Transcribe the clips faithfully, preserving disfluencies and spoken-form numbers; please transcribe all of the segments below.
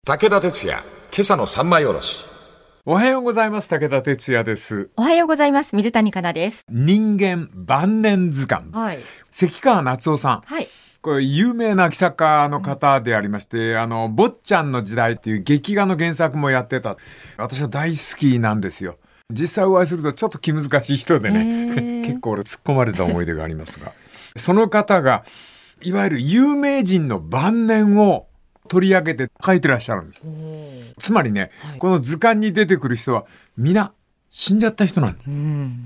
武田鉄矢、今朝の三枚おろし。 おはようございます。武田鉄矢です。 おはようございます。水谷香奈です。 人間晩年図鑑、はい、関川夏夫さん、はい、これ有名な記作家の方でありまして、うん、あの坊ちゃんの時代っていう劇画の原作もやってた。私は大好きなんですよ。実際お会いするとちょっと気難しい人でね結構俺突っ込まれた思い出がありますがその方がいわゆる有名人の晩年を取り上げて書いてらっしゃるんです。つまりね、はい、この図鑑に出てくる人は皆死んじゃった人なんです。うん、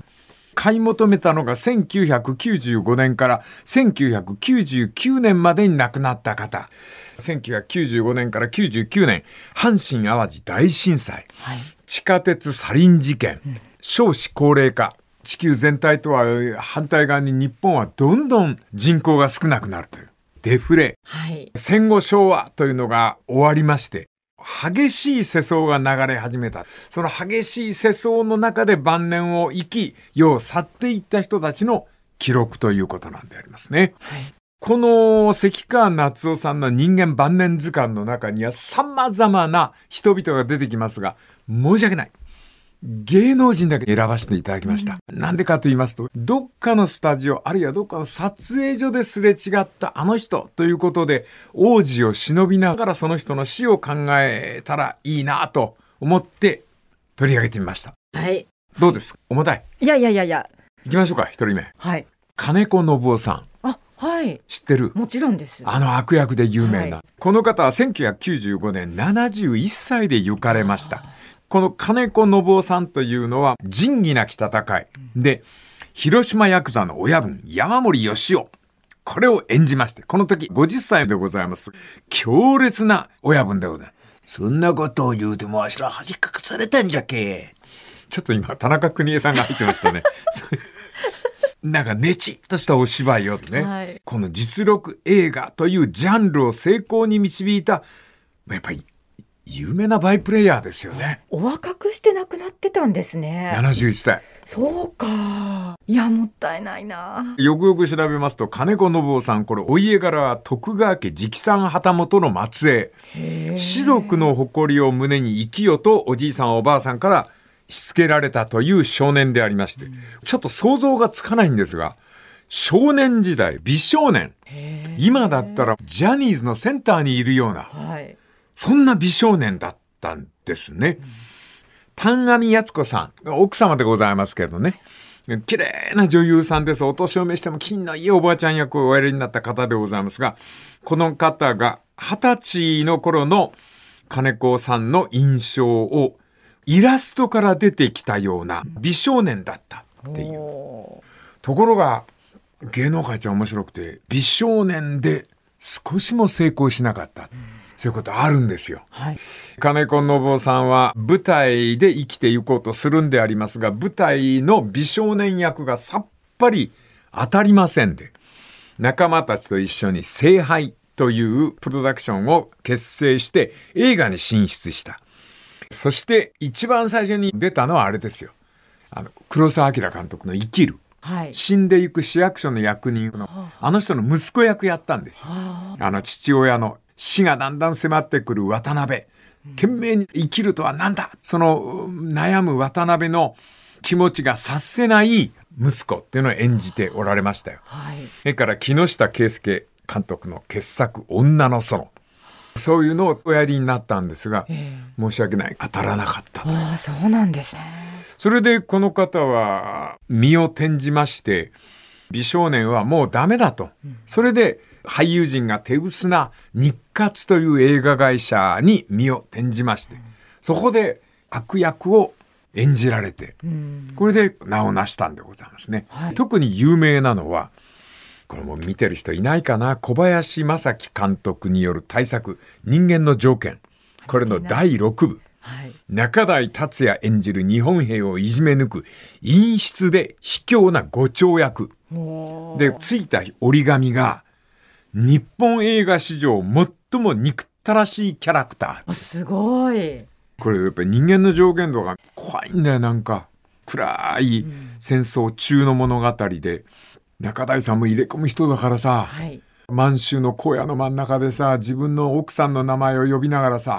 買い求めたのがせんきゅうひゃくきゅうじゅうごねんからせんきゅうひゃくきゅうじゅうきゅうねんまでに亡くなった方。せんきゅうひゃくきゅうじゅうごねんからきゅうじゅうきゅうねん阪神淡路大震災、はい、地下鉄サリン事件、うん、少子高齢化、地球全体とは反対側に日本はどんどん人口が少なくなるというデフレ、はい、戦後昭和というのが終わりまして激しい世相が流れ始めた。その激しい世相の中で晩年を生き世を去っていった人たちの記録ということなんでありますね。はい、この関川夏夫さんの人間晩年図鑑の中には様々な人々が出てきますが、申し訳ない、芸能人だけ選ばせていただきました。うん、なんでかと言いますと、どっかのスタジオあるいはどっかの撮影所ですれ違ったあの人ということで王子を忍びながらその人の死を考えたらいいなと思って取り上げてみました。はい。どうですか？重たい？ いやいやいやいや。 行きましょうか。一人目。はい。金子信夫さん。 あ、はい。 知ってる？ もちろんです。 あの悪役で有名な。はい、この方はせんきゅうひゃくきゅうじゅうごねんななじゅういっさいで行かれました。この金子信夫さんというのは仁義なき戦いで広島ヤクザの親分山森義夫、これを演じまして、この時ごじゅっさいでございます。強烈な親分でございます。 そんなことを言うてもあしら恥かかされたんじゃけ。 ちょっと今田中邦衛さんが入ってましたねなんかねちっとしたお芝居をね、はい、この実録映画というジャンルを成功に導いたやっぱり有名なバイプレイヤーですよね。 お若くして亡くなってたんですね。 ななじゅういっさい。 そうか。いや、もったいないな。 よくよく調べますと、金子信夫さん、これお家柄は徳川家直参旗本の末裔、士族の誇りを胸に生きよとおじいさんおばあさんからしつけられたという少年でありまして、ちょっと想像がつかないんですが、少年時代美少年、今だったらジャニーズのセンターにいるような、はい、そんな美少年だったんですね。丹上靖子さん、奥様でございますけどね、綺麗な女優さんです。お年を召しても金のいいおばあちゃん役をおやりになった方でございますが、この方が二十歳の頃の金子さんの印象をイラストから出てきたような美少年だったっていう。ところが芸能界って面白くて、美少年で少しも成功しなかった。そういうことあるんですよ。はい、金子信夫さんは舞台で生きていこうとするんでありますが、舞台の美少年役がさっぱり当たりませんで、仲間たちと一緒に聖杯というプロダクションを結成して映画に進出した。そして一番最初に出たのはあれですよ。あの黒澤明監督の生きる。はい、死んでいく市役所の役人のあの人の息子役やったんですよ。あの父親の死がだんだん迫ってくる渡辺、懸命に生きるとは何だ、その悩む渡辺の気持ちが察せない息子っていうのを演じておられましたよ。はい、それから木下圭介監督の傑作女の園、そういうのをおやりになったんですが、申し訳ない、当たらなかったと。 ああ、そうなんですね。 それでこの方は身を転じまして、美少年はもうダメだと、うん、それで俳優陣が手薄な日活という映画会社に身を転じまして、うん、そこで悪役を演じられて、うん、これで名を成したんでございますね。はい、特に有名なのは、これも見てる人いないかな、小林正樹監督による大作人間の条件、これのだいろくぶ、はい、中台達也演じる日本兵をいじめ抜く陰湿で卑怯な誤調役で、ついた折り紙が日本映画史上最も憎ったらしいキャラクター。 すごい。 これやっぱり人間の上限度が怖いんだよ。なんか暗い戦争中の物語で、うん、中台さんも入れ込む人だからさ、はい、満州の荒野の真ん中でさ、自分の奥さんの名前を呼びながらさ、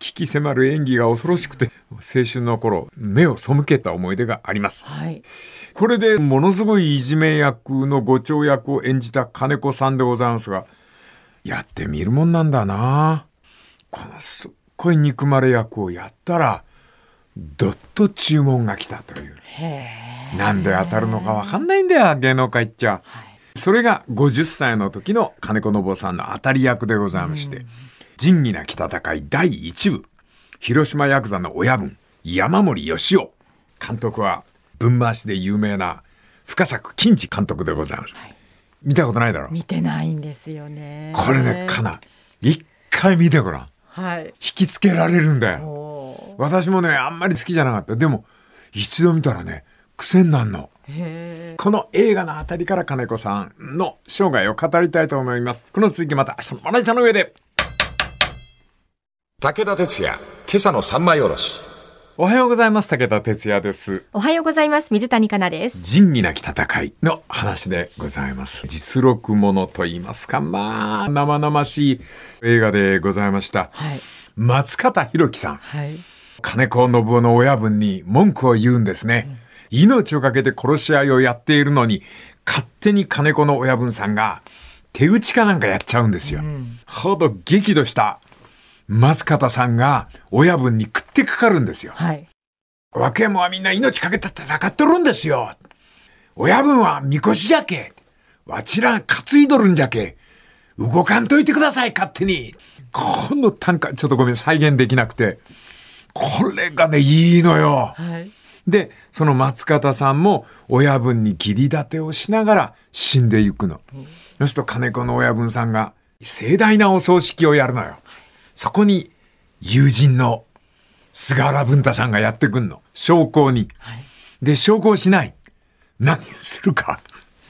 危機迫る演技が恐ろしくて、青春の頃目を背けた思い出があります、 はい、 これでものすごいいじめ役の伍長役を演じた金子さんでございますが、やってみるもんなんだな。このすっごい憎まれ役をやったらどっと注文が来たという。 へなんで当たるのか分かんないんだよ、芸能界っちゃ、はい、それがごじゅっさいの時の金子信夫さんの当たり役でございまして、仁義なき戦いだいいち部、広島ヤクザの親分山森義雄、監督は文回しで有名な深作欣二監督でございます、はい、見たことないだろ。 見てないんですよね。 これね、かな一回見てごらん、はい、引きつけられるんだよ。私もねあんまり好きじゃなかった。でも一度見たらね癖になるの。へこの映画のあたりから金子さんの生涯を語りたいと思います。この続きまた明日の同じ田の上で。 武田鉄矢、今朝の三枚おろし。 おはようございます。武田鉄矢です。 おはようございます。水谷香奈です。 仁義なき戦いの話でございます。実録ものと言いますか、まあ生々しい映画でございました、はい、松方弘樹さん、はい、金子信夫の親分に文句を言うんですね、うん、命をかけて殺し合いをやっているのに勝手に金子の親分さんが手打ちかなんかやっちゃうんですよ、うん、ほど激怒した松方さんが親分に食ってかかるんですよ、はい、若者はみんな命かけて戦ってるんですよ。親分はみこしじゃけ、わちら担いどるんじゃけ、動かんといてください勝手に。この短歌ちょっとごめん再現できなくて、これがねいいのよ、はい、でその松方さんも親分に義理立てをしながら死んでいくの、うん、そうすると金子の親分さんが盛大なお葬式をやるのよ。そこに友人の菅原文太さんがやってくんの、焼香に、はい、で焼香しない、何するか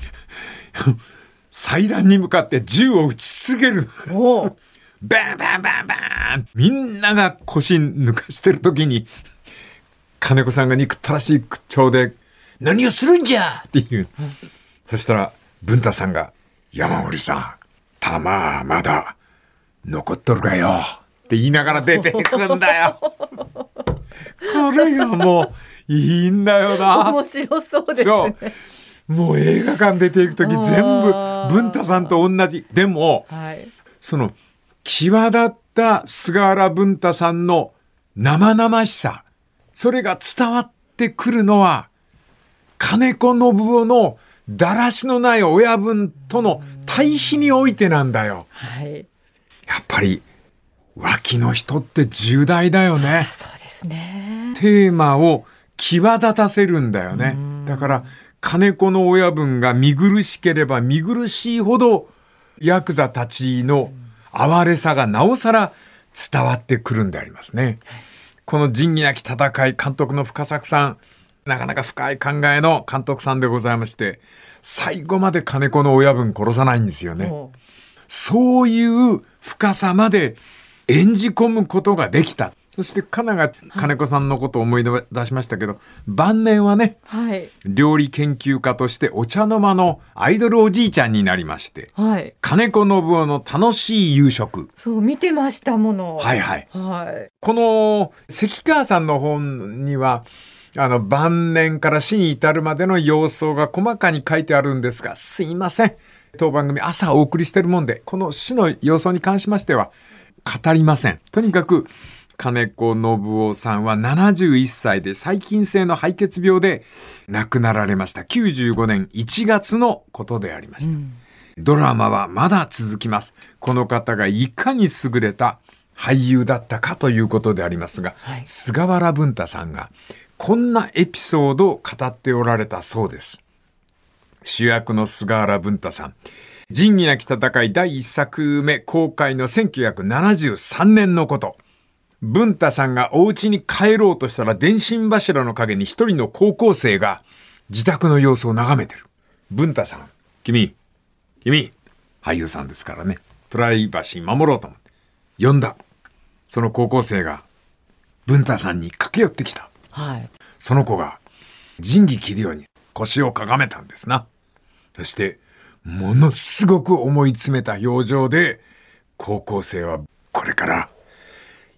祭壇に向かって銃を撃ち続ける。おバンバンバンバン、みんなが腰抜かしてる時に金子さんが憎ったらしい口調で何をするんじゃっていう、うん、そしたら文太さんが山森さん弾はまだ残っとるかよって言いながら出てくんだよこれがもういいんだよな。 面白そうですね。 もう映画館出ていくとき全部文太さんと同じ。でも、はい、その際立った菅原文太さんの生々しさ、それが伝わってくるのは金子信夫のだらしのない親分との対比においてなんだよ、はい、やっぱり脇の人って重大だよね。 そうですね。 テーマを際立たせるんだよね。だから金子の親分が見苦しければ見苦しいほどヤクザたちの哀れさがなおさら伝わってくるんでありますね。この仁義なき戦い、監督の深作さん、なかなか深い考えの監督さんでございまして、最後まで金子の親分殺さないんですよね。そういう深さまで演じ込むことができた。そしてカナが金子さんのことを思い出しましたけど、晩年はね、はい、料理研究家としてお茶の間のアイドルおじいちゃんになりまして、はい、金子信夫の楽しい夕食、 そう見てましたもの。 はいはい、はい、この関川さんの本にはあの晩年から死に至るまでの様相が細かに書いてあるんですが、すいません、当番組朝お送りしてるもんでこの死の様相に関しましては語りません。とにかく金子信夫さんはななじゅういっさいで細菌性の敗血病で亡くなられました。きゅうじゅうごねんいちがつのことでありました、うん、ドラマはまだ続きます。この方がいかに優れた俳優だったかということでありますが、はい、菅原文太さんがこんなエピソードを語っておられたそうです。主役の菅原文太さん、仁義なき戦いだいいっさくめ公開のせんきゅうひゃくななじゅうさんねんのこと。文太さんがお家に帰ろうとしたら電信柱の陰に一人の高校生が自宅の様子を眺めてる。文太さん、君、君、俳優さんですからね、プライバシー守ろうと思って呼んだ。その高校生が文太さんに駆け寄ってきた、はい、その子が仁義切るように腰をかがめたんですな。そしてものすごく思い詰めた表情で、高校生はこれから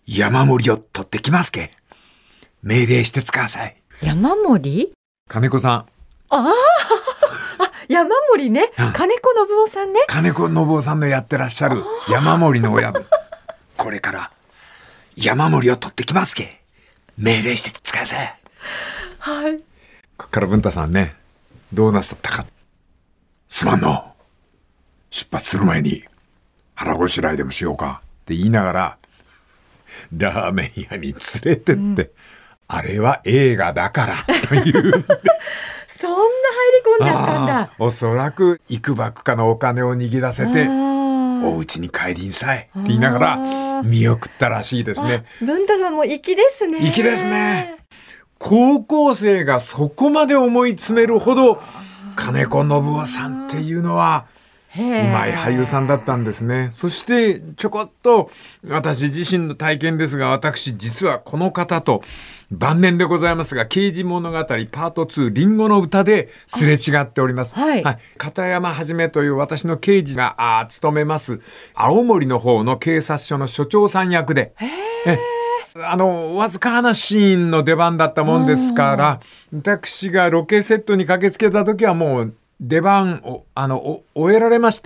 山盛りを取ってきますけ。命令してつかさい。 山盛り？ 金子さん。 あああ、山盛りね、 うん、 金子信夫さんね。 金子信夫さんのやってらっしゃる山盛りの親分。これから山盛りを取ってきますけ。命令してつかさい。 はい。 こっから文太さんね、どうなさったか。すまんの。出発する前に腹ごしらえでもしようかって言いながら、ラーメン屋に連れてって、うん、あれは映画だからという。 そんな入り込んじゃったんだ。 おそらくいくばくかのお金を握らせて、お家に帰りんさいって言いながら見送ったらしいですね。 文太さんも粋ですね。 粋ですね。高校生がそこまで思い詰めるほど金子信夫さんっていうのはうまい俳優さんだったんですね。そしてちょこっと私自身の体験ですが、私実はこの方と晩年でございますが、刑事物語パートツーリンゴの歌ですれ違っております。はいはい、片山はじめという私の刑事があ務めます青森の方の警察署の署長さん役で、えあのわずかなシーンの出番だったもんですから、私がロケセットに駆けつけた時はもう出番をあのお終えられまして、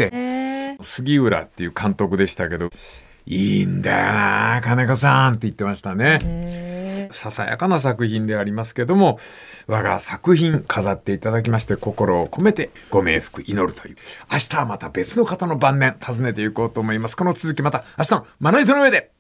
杉浦っていう監督でしたけど、いいんだよな金子さんって言ってましたね。ささやかな作品でありますけども、我が作品飾っていただきまして、心を込めてご冥福祈るという、明日はまた別の方の晩年訪ねていこうと思います。この続きまた明日のまな板の上で。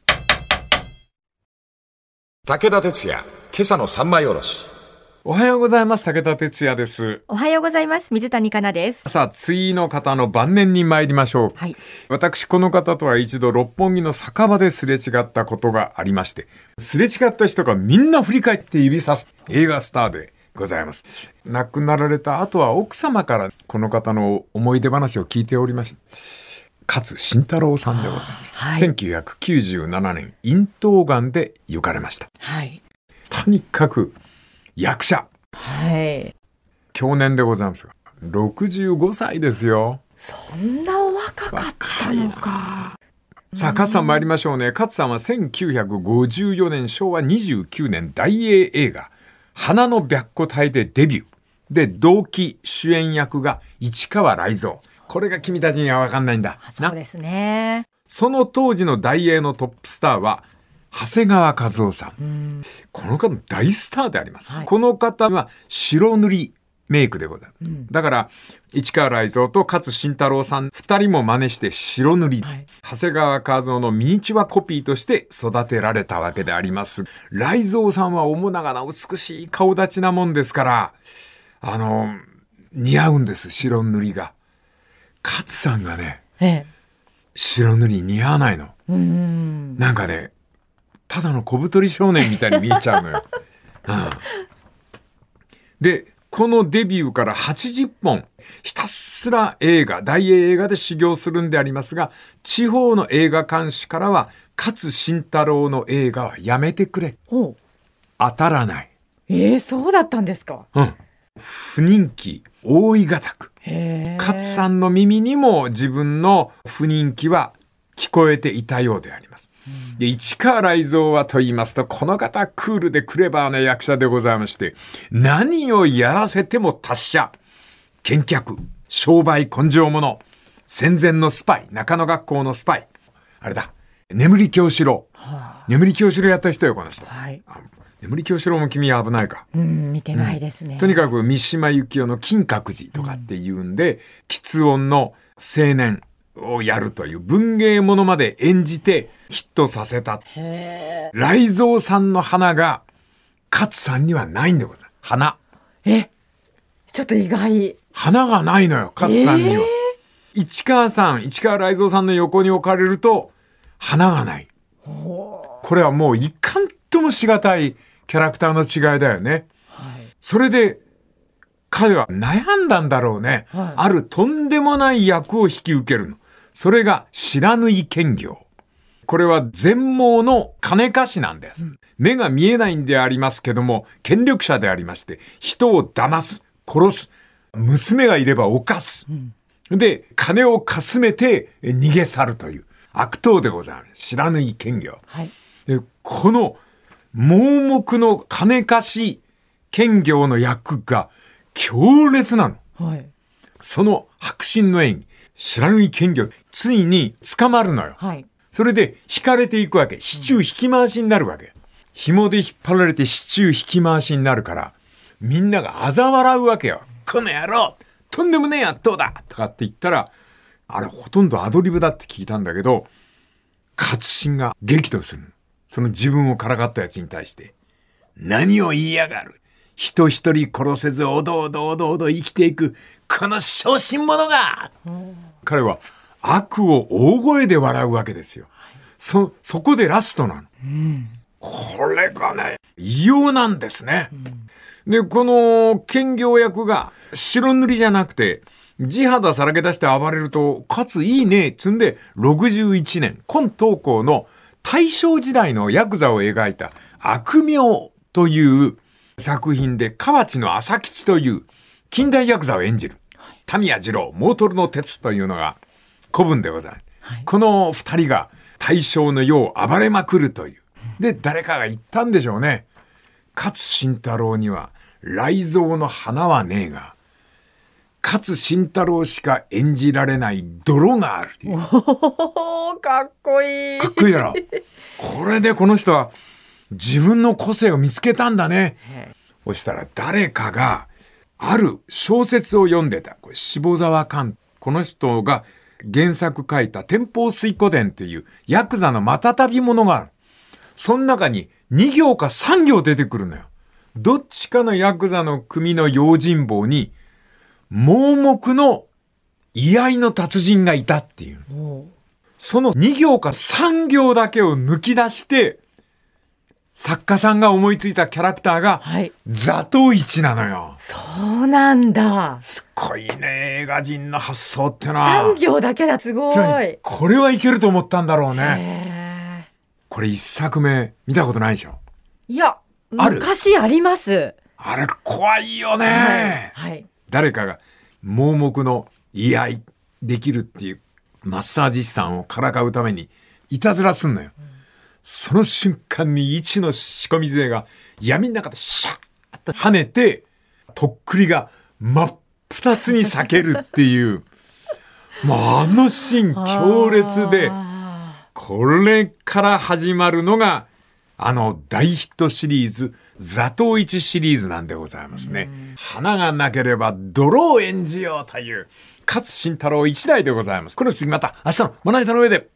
武田鉄矢、今朝の三枚おろし。 おはようございます。武田鉄矢です。 おはようございます。水谷香奈です。 さあ、次の方の晩年に参りましょう。はい、私、この方とは一度六本木の酒場ですれ違ったことがありまして、すれ違った人がみんな振り返って指さす映画スターでございます。亡くなられた後は奥様からこの方の思い出話を聞いておりました。勝慎太郎さんでございました。はい、せんきゅうひゃくきゅうじゅうななねん、咽頭がんで行かれました。はい、とにかく役者。はい。去年でございますが、ろくじゅうごさいですよ。 そんなお若かったのか。 さあ、勝さん参りましょうね。勝さんはせんきゅうひゃくごじゅうよねん、しょうわにじゅうきゅうねん大英映画、花の白虎隊でデビュー。で、同期主演役が市川雷蔵。これが君たちには分かんないんだ。 そうですね。 その当時の大英のトップスターは、長谷川和夫さん。うん、この方大スターであります。はい、この方は白塗りメイクでございます。うん、だから市川雷蔵と勝慎太郎さんふたりも真似して白塗り、はい、長谷川和夫のミニチュアコピーとして育てられたわけであります。雷蔵さんは面長な美しい顔立ちなもんですから、あの似合うんです、白塗りが。勝さんがね、ええ、白塗り似合わないの。うん、なんかね、ただの小太り少年みたいに見えちゃうのよ。うん、で、このデビューからはちじゅっぽん、ひたすら映画、大英映画で修行するんでありますが、地方の映画館主からは、勝慎太郎の映画はやめてくれ。ほう。当たらない。 えー、そうだったんですか。 うん。不人気、大いがたく。勝さんの耳にも自分の不人気は聞こえていたようであります。で、市川雷蔵はと言いますと、この方クールでクレバーな役者でございまして、何をやらせても達者、健脚、商売根性者、戦前のスパイ、中野学校のスパイ、あれだ、眠り京四郎、はあ、眠り京四郎やった人よ、この人。はい、眠り京四郎も君は危ないか。 うん、見てないですね。 うん、とにかく三島由紀夫の金閣寺とかっていうんで、うん、喫音の青年をやるという文芸物まで演じてヒットさせた。へー。雷蔵さんの花が勝さんにはないんでございます。花。 え、ちょっと意外。 花がないのよ、勝さんには。市川さん、市川雷蔵さんの横に置かれると花がない。これはもういかんともしがたいキャラクターの違いだよね。はい、それで彼は悩んだんだろうね。はい、あるとんでもない役を引き受けるの。それが不知火検校。これは全盲の金貸しなんです。うん、目が見えないんでありますけども、権力者でありまして、人を騙す、殺す、娘がいれば犯す。うん、で、金をかすめて逃げ去るという悪党でございます。不知火検校。はい、でこの盲目の金貸し兼業の役が強烈なの。 はい。 その迫真の演技、知らぬい兼業、ついに捕まるのよ。 はい。 それで引かれていくわけ。市中引き回しになるわけ。紐で引っ張られて市中引き回しになるから、みんなが嘲笑うわけよ。この野郎、とんでもねえやっとうだとかって言ったら、あれほとんどアドリブだって聞いたんだけど、勝新が激怒する。その自分をからかったやつに対して。何を言いやがる。人一人殺せずおどおどおどおど生きていく、この小心者が、彼は悪を大声で笑うわけですよ。そ、そこでラストなの。うん、これがね、異様なんですね。うん、で、この兼業役が白塗りじゃなくて、地肌さらけ出して暴れると、かついいね、つんで、ろくじゅういちねん、今東光の大正時代のヤクザを描いた悪名という作品で、河内の朝吉という近代ヤクザを演じる。田宮二郎、モートルの鉄というのが古文でございます。はい、この二人が大正の世を暴れまくるという。で、誰かが言ったんでしょうね。勝新太郎には雷蔵の花はねえが、勝新太郎しか演じられない泥があるという。 おー、かっこいい。 かっこいいだろ。これでこの人は自分の個性を見つけたんだね。そしたら誰かがある小説を読んでた。これ下沢寛。この人が原作書いた天保水湖伝というヤクザのまたたび物がある。その中にに行かさん行出てくるのよ。どっちかのヤクザの組の用心棒に盲目の居合の達人がいたっていう。そのに行かさん行だけを抜き出して作家さんが思いついたキャラクターが座頭市なのよ。 そうなんだ。 すっごいね、映画人の発想ってのは。 さん行だけだ、すごい。 これはいけると思ったんだろうね。これ一作目見たことないでしょ。 いや、昔あります。 あれ怖いよね。はいはい、誰かが盲目の居合できるっていうマッサージ師さんをからかうためにいたずらすんのよ。うん、その瞬間に一の仕込み杖が闇の中でシャーッと跳ねて、とっくりが真っ二つに裂けるっていう、もうあのシーン強烈で、これから始まるのがあの大ヒットシリーズ座頭市シリーズなんでございますね。花がなければ泥を演じようという勝新太郎一代でございます。この次また明日のまな板の上で。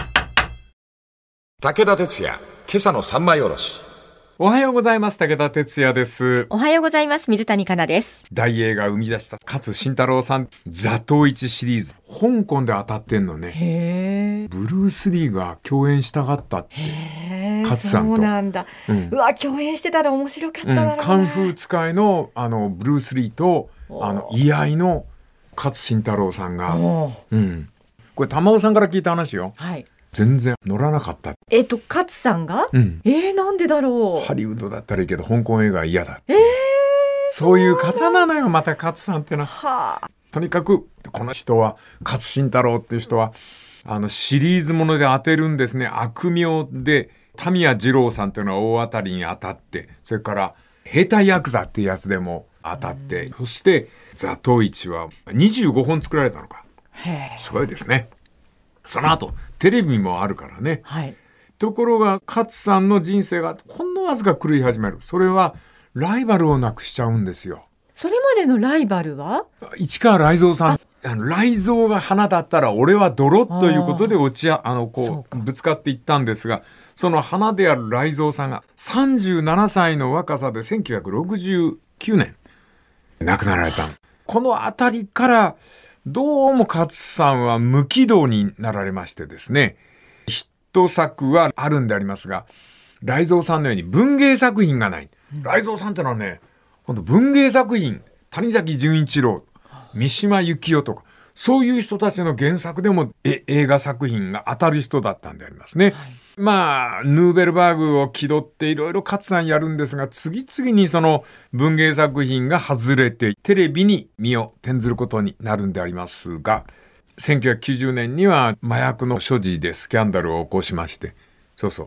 武田鉄矢、今朝の三枚おろし。 おはようございます。武田鉄矢です。 おはようございます。水谷香奈です。 大映が生み出した勝新太郎さん座頭市シリーズ、香港で当たってんのね。へー。ブルース・リーが共演したかったって。 へー。 勝さんと。 そうなんだ。うん、うわ、共演してたら面白かっただろうな。うん、 カンフー使いのあのブルース・リーとあの居合の勝新太郎さんが、うん、これ玉尾さんから聞いた話よ。はい。全然乗らなかった。 えっと勝さんが、うん、えー、なんでだろう。 ハリウッドだったらいいけど香港映画は嫌だ。えー、そういう方なのよ、また勝さんってのは。はあ、とにかくこの人は勝新太郎っていう人はあのシリーズもので当てるんですね。悪名で田宮二郎さんっていうのは大当たりに当たって、それから兵隊ヤクザっていうやつでも当たって、うん、そして座頭市はにじゅうごほん作られたのか。へー、すごいですね。その後テレビもあるからね、はい、ところが勝さんの人生がほんのわずか狂い始める。それはライバルをなくしちゃうんですよ。 それまでのライバルは市川雷蔵さん。あの雷蔵が花だったら俺は泥ということで落ちあのこうぶつかっていったんですが、その花である雷蔵さんがさんじゅうななさいの若さでせんきゅうひゃくろくじゅうきゅうねん亡くなられた。このあたりからどうも勝さんは無軌道になられましてですね、ヒット作はあるんでありますが、雷蔵さんのように文芸作品がない。雷蔵さんってのはね、本当文芸作品、谷崎潤一郎、三島由紀夫とか、そういう人たちの原作でもえ映画作品が当たる人だったんでありますね。はい、まあヌーベルバーグを気取っていろいろ勝さんやるんですが、次々にその文芸作品が外れてテレビに身を転ずることになるんでありますが、せんきゅうひゃくきゅうじゅうねんには麻薬の所持でスキャンダルを起こしまして、そうそう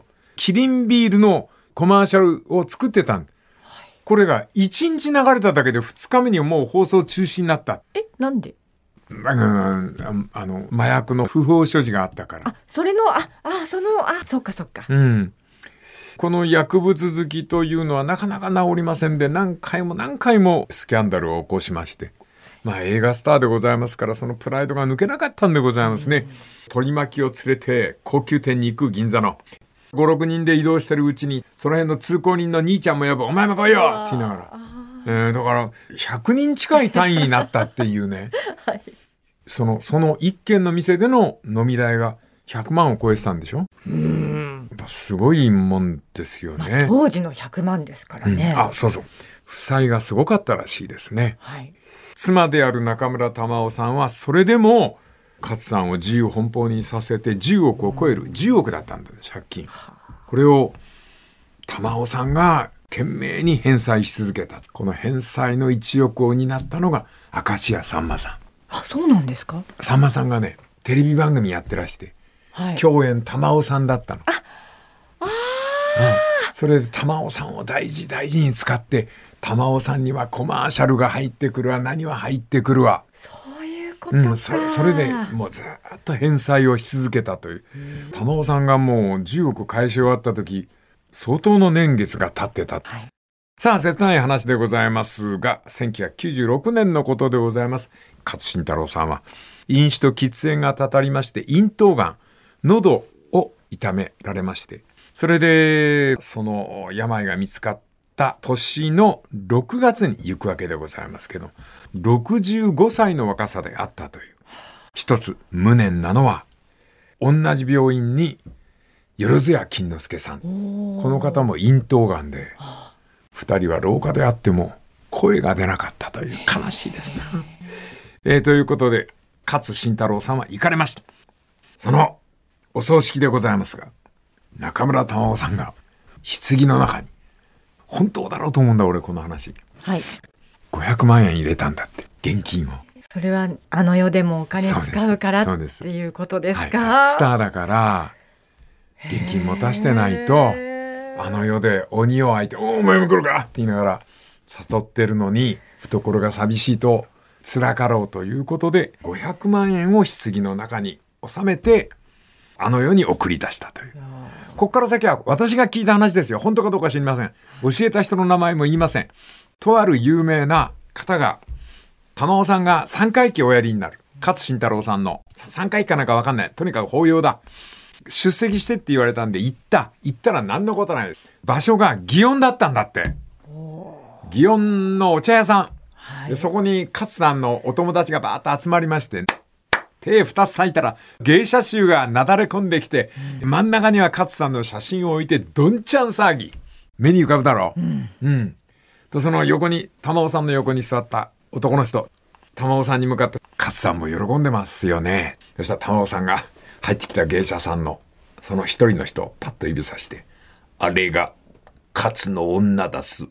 キリンビールのコマーシャルを作ってたん、はい、これがいちにち流れただけでふつかめにもう放送中止になった。 え、なんで？ あの、あの麻薬の不法所持があったから。 あ、それの、あ、あ、その、あ、そっかそっか。 うん。この薬物好きというのはなかなか治りませんで、何回も何回もスキャンダルを起こしまして、まあ映画スターでございますから、そのプライドが抜けなかったんでございますね。取り巻きを連れて高級店に行く銀座のご、ろくにんで移動してるうちに、その辺の通行人の兄ちゃんも呼ぶ、お前も来いよって言いながら、えー、だからひゃくにん近い単位になったっていうね、はい、そのその一軒の店での飲み代がひゃくまんを超えてたんでしょ。うーん、すごいもんですよね、 まあ、当時のひゃくまんですからね、 うん、あ、そうそう、負債がすごかったらしいですね、はい、妻である中村玉緒さんはそれでも勝さんを自由奔放にさせてじゅうおくを超えるじゅうおくだったんだね、借金。これを玉緒さんが懸命に返済し続けた。この返済のいちおくを担ったのが明石家さんまさん。 あ、そうなんですか。 さんまさんがね、テレビ番組やってらして、はい、共演玉緒さんだったの。ああ、うん、それで玉緒さんを大事大事に使って、玉緒さんにはコマーシャルが入ってくるわ、何は入ってくるわ。 そういうことか、 うん、それ、それでもうずっと返済をし続けたという。玉緒さんがもうじゅうおく返し終わった時、相当の年月が経ってた、はい、さあ切ない話でございますが、せんきゅうひゃくきゅうじゅうろくねんのことでございます。勝新太郎さんは飲酒と喫煙がたたりまして、咽頭がん、喉を痛められまして、それでその病が見つかった年のろくがつに行くわけでございますけど、ろくじゅうごさいの若さであったという。一つ無念なのは、同じ病院によろずや金之助さん、この方も咽頭がんで、二人は廊下であっても声が出なかったという、悲しいですね、えー、ということで勝新太郎さんは行かれました。そのお葬式でございますが、中村玉緒さんが棺の中に、本当だろうと思うんだ俺この話、はい、ごひゃくまんえん入れたんだって、現金を。それはあの世でもお金使うからっていうことですか。 はい、スターだから現金持たしてないと、あの世で鬼を相手、お前も来るかって言いながら誘ってるのに、懐が寂しいと辛かろうということで、ごひゃくまんえんを棺の中に収めてあの世に送り出したという。ここから先は私が聞いた話ですよ。本当かどうか知りません。教えた人の名前も言いません。とある有名な方が、玉緒さんがさんかい忌をおやりになる、勝新太郎さんのさんかい忌かなんか分かんない、とにかく法要だ、出席してって言われたんで行った。行ったら何のことない。場所が祇園だったんだって。祇園のお茶屋さん、はい、でそこに勝さんのお友達がバーッと集まりまして、手二つ裂いたら芸者衆がなだれ込んできて、うん、真ん中には勝さんの写真を置いてどんちゃん騒ぎ、目に浮かぶだろう、うんうん、とその横に、玉緒さんの横に座った男の人、玉緒さんに向かって、勝さんも喜んでますよね。そしたら玉緒さんが入ってきた芸者さんのその一人の人をパッと指さして、あれが勝の女だす。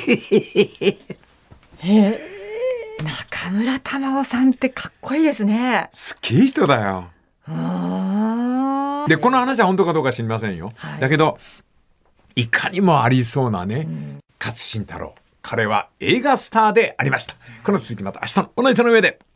へえ、中村玉緒さんってかっこいいですね。 すげえ人だよ。でこの話は本当かどうか知りませんよ、はい、だけどいかにもありそうなね、うん、勝新太郎、彼は映画スターでありました。この続きまた明日のおの糸の上で。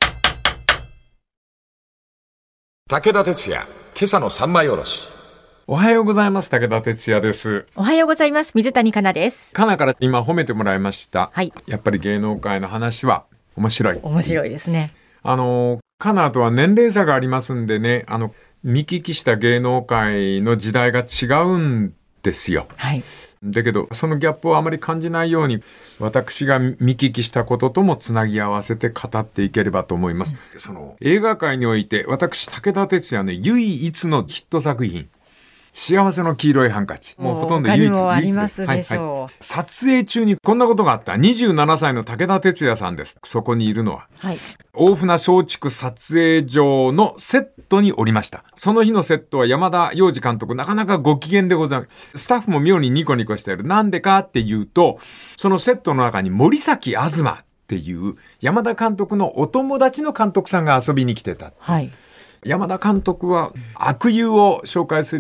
武田鉄矢、今朝の三枚おろし。 おはようございます。武田鉄矢です。 おはようございます。水谷香奈です。 香奈から今褒めてもらいました、はい、やっぱり芸能界の話は面白い。 面白いですね。 あの香奈とは年齢差がありますんでね、あの見聞きした芸能界の時代が違うんですよ、はい、だけどそのギャップをあまり感じないように、私が見聞きしたことともつなぎ合わせて語っていければと思います、うん、その映画界において私武田鉄矢の唯一のヒット作品、幸せの黄色いハンカチ、もうほとんど唯一、唯一です。はいはい、撮影中にこんなことがあった。にじゅうななさいの武田鉄矢さんです。そこにいるのは、はい、大船松竹撮影場のセットにおりました。その日のセットは山田洋次監督、なかなかご機嫌でございます。スタッフも妙にニコニコしている。なんでかっていうと、そのセットの中に森崎あずまっていう山田監督のお友達の監督さんが遊びに来てた。はい、山田監督は悪友を紹介するように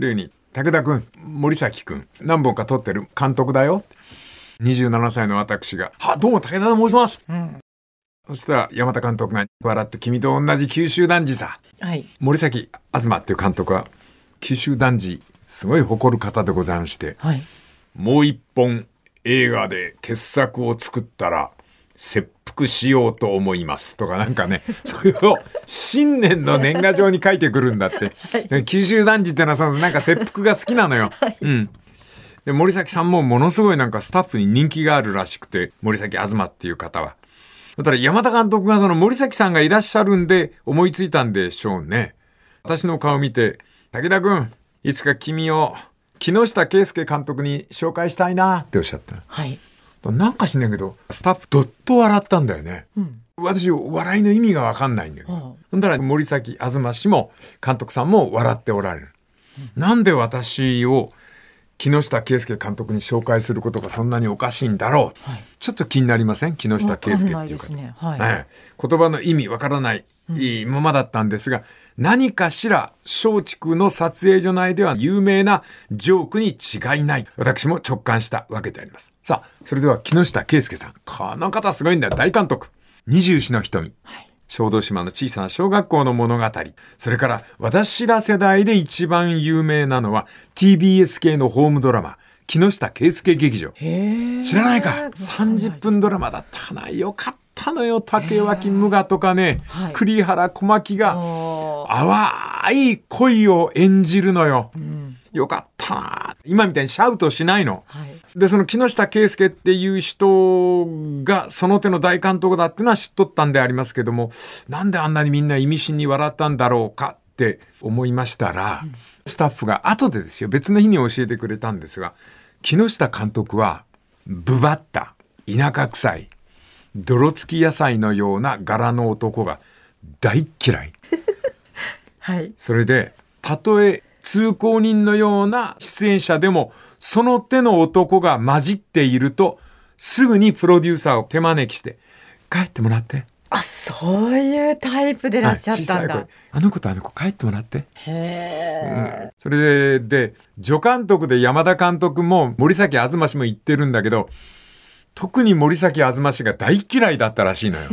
武田君、森崎君、何本か撮ってる監督だよ。にじゅうななさいの私が、は、どうも武田と申します。うん、そしたら山田監督が笑って、君と同じ九州男児さ。はい、森崎東っていう監督は、九州男児、すごい誇る方でございまして、はい、もう一本映画で傑作を作ったら、切腹しようと思いますとかなんかね、それを新年の年賀状に書いてくるんだって。はい、九州男児ってのはそのなんか切腹が好きなのよ。はい、うん。で、森崎さんもものすごいなんかスタッフに人気があるらしくて、森崎東っていう方は。だから山田監督がその森崎さんがいらっしゃるんで思いついたんでしょうね。私の顔見て、武田君、いつか君を木下圭介監督に紹介したいなっておっしゃった。はい。なんかしないけどスタッフどっと笑ったんだよね、うん、私笑いの意味が分かんないんだけど、うん、だから森崎東氏も監督さんも笑っておられる、うん、なんで私を木下圭介監督に紹介することがそんなにおかしいんだろう、はい、ちょっと気になりません？木下圭介っていう方、ねはいはい、言葉の意味分からない、うん、いいままだったんですが、何かしら松竹の撮影所内では有名なジョークに違いない。私も直感したわけであります。さあ、それでは木下圭介さん。この方すごいんだよ。大監督。二十四の瞳。はい、小豆島の小さな小学校の物語。それから私ら世代で一番有名なのは ティービーエス 系のホームドラマ。木下圭介劇場。知らないか？さんじゅっぷんドラマだったかな。よかったのよ。竹脇無我とかね、はい、栗原小牧が淡い恋を演じるのよ、うん、よかったな。今みたいにシャウトしないの、はい、でその木下圭介っていう人がその手の大監督だっていうのは知っとったんでありますけども、なんであんなにみんな意味深に笑ったんだろうかって思いましたら、うん、スタッフが後でですよ、別の日に教えてくれたんですが、木下監督はブバッタ、田舎臭い、泥付き野菜のような柄の男が大嫌い、はい、それでたとえ通行人のような出演者でもその手の男が混じっているとすぐにプロデューサーを手招きして帰ってもらって。 あ、そういうタイプでいらっしゃったんだ、はい、 あの子とあの子帰ってもらって。へー、うん、それで助監督で山田監督も森崎東氏も言ってるんだけど、特に森崎東氏が大嫌いだったらしいのよ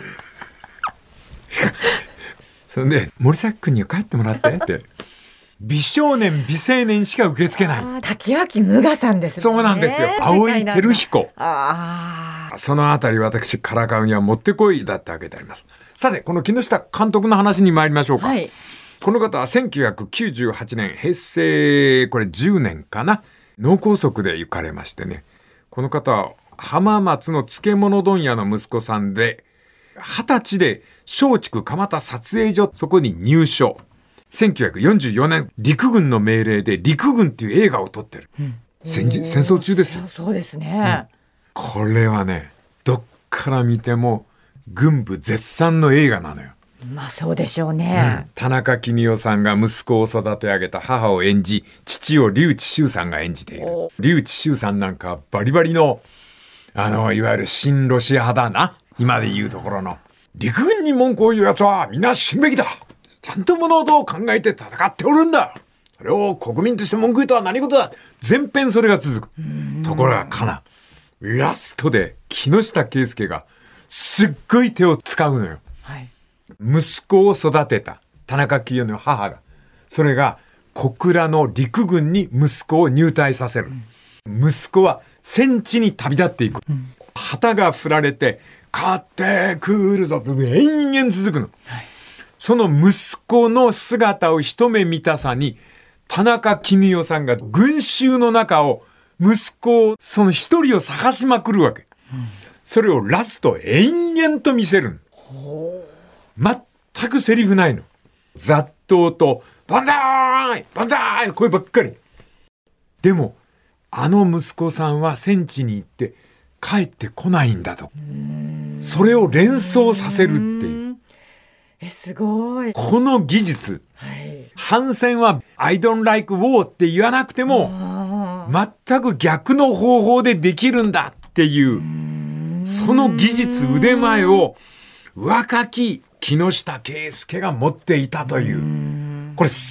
それで森崎君には帰ってもらってって美少年美青年しか受け付けない。 竹脇無我さんですね。 そうなんですよ。青井輝彦。あ、そのあたり私からかうにはもってこいだったわけであります。さて、この木下監督の話に参りましょうか、はい、この方はせんきゅうひゃくきゅうじゅうはちねん平成これじゅうねんかな、脳梗塞で行かれましてね。この方は浜松の漬物問屋の息子さんで、はたちで松竹蒲田撮影所、そこに入所。せんきゅうひゃくよんじゅうよねん陸軍の命令で陸軍っていう映画を撮ってる、うん、戦時戦争中ですよ。 そうですね、 うん、これはね、どっから見ても軍部絶賛の映画なのよ。 まあそうでしょうね、 うん、田中公代さんが息子を育て上げた母を演じ、父を笠智衆さんが演じている。笠智衆さんなんかバリバリのあのいわゆる親ロシア派だな、今で言うところの。陸軍に文句を言うやつはみんな死ぬべきだ、ちゃんと物事を考えて戦っておるんだ、それを国民として文句言うとは何事だ。全編それが続く。ところがかな、ラストで木下圭介がすっごい手を使うのよ、はい、息子を育てた田中清の母が、それが小倉の陸軍に息子を入隊させる、うん、息子は戦地に旅立っていく、うん、旗が振られて勝ってくるぞと延々続くの、はい、その息子の姿を一目見たさに田中公代さんが群衆の中を息子をその一人を探しまくるわけ、うん、それをラスト延々と見せるの。全くセリフないの。雑踏とバンザーイバンザーイ声ばっかり。でもあの息子さんは戦地に行って帰ってこないんだと、それを連想させるっていう、 えすごいこの技術、はい、反戦は I don't like war って言わなくても全く逆の方法でできるんだっていうその技術腕前を若き木下圭介が持っていたという、これすっ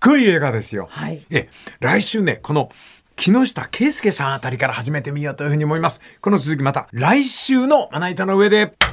ごい映画ですよ。 はい。 え、来週ね、この木下圭介さんあたりから始めてみようというふうに思います。この続きまた来週のまな板の上で。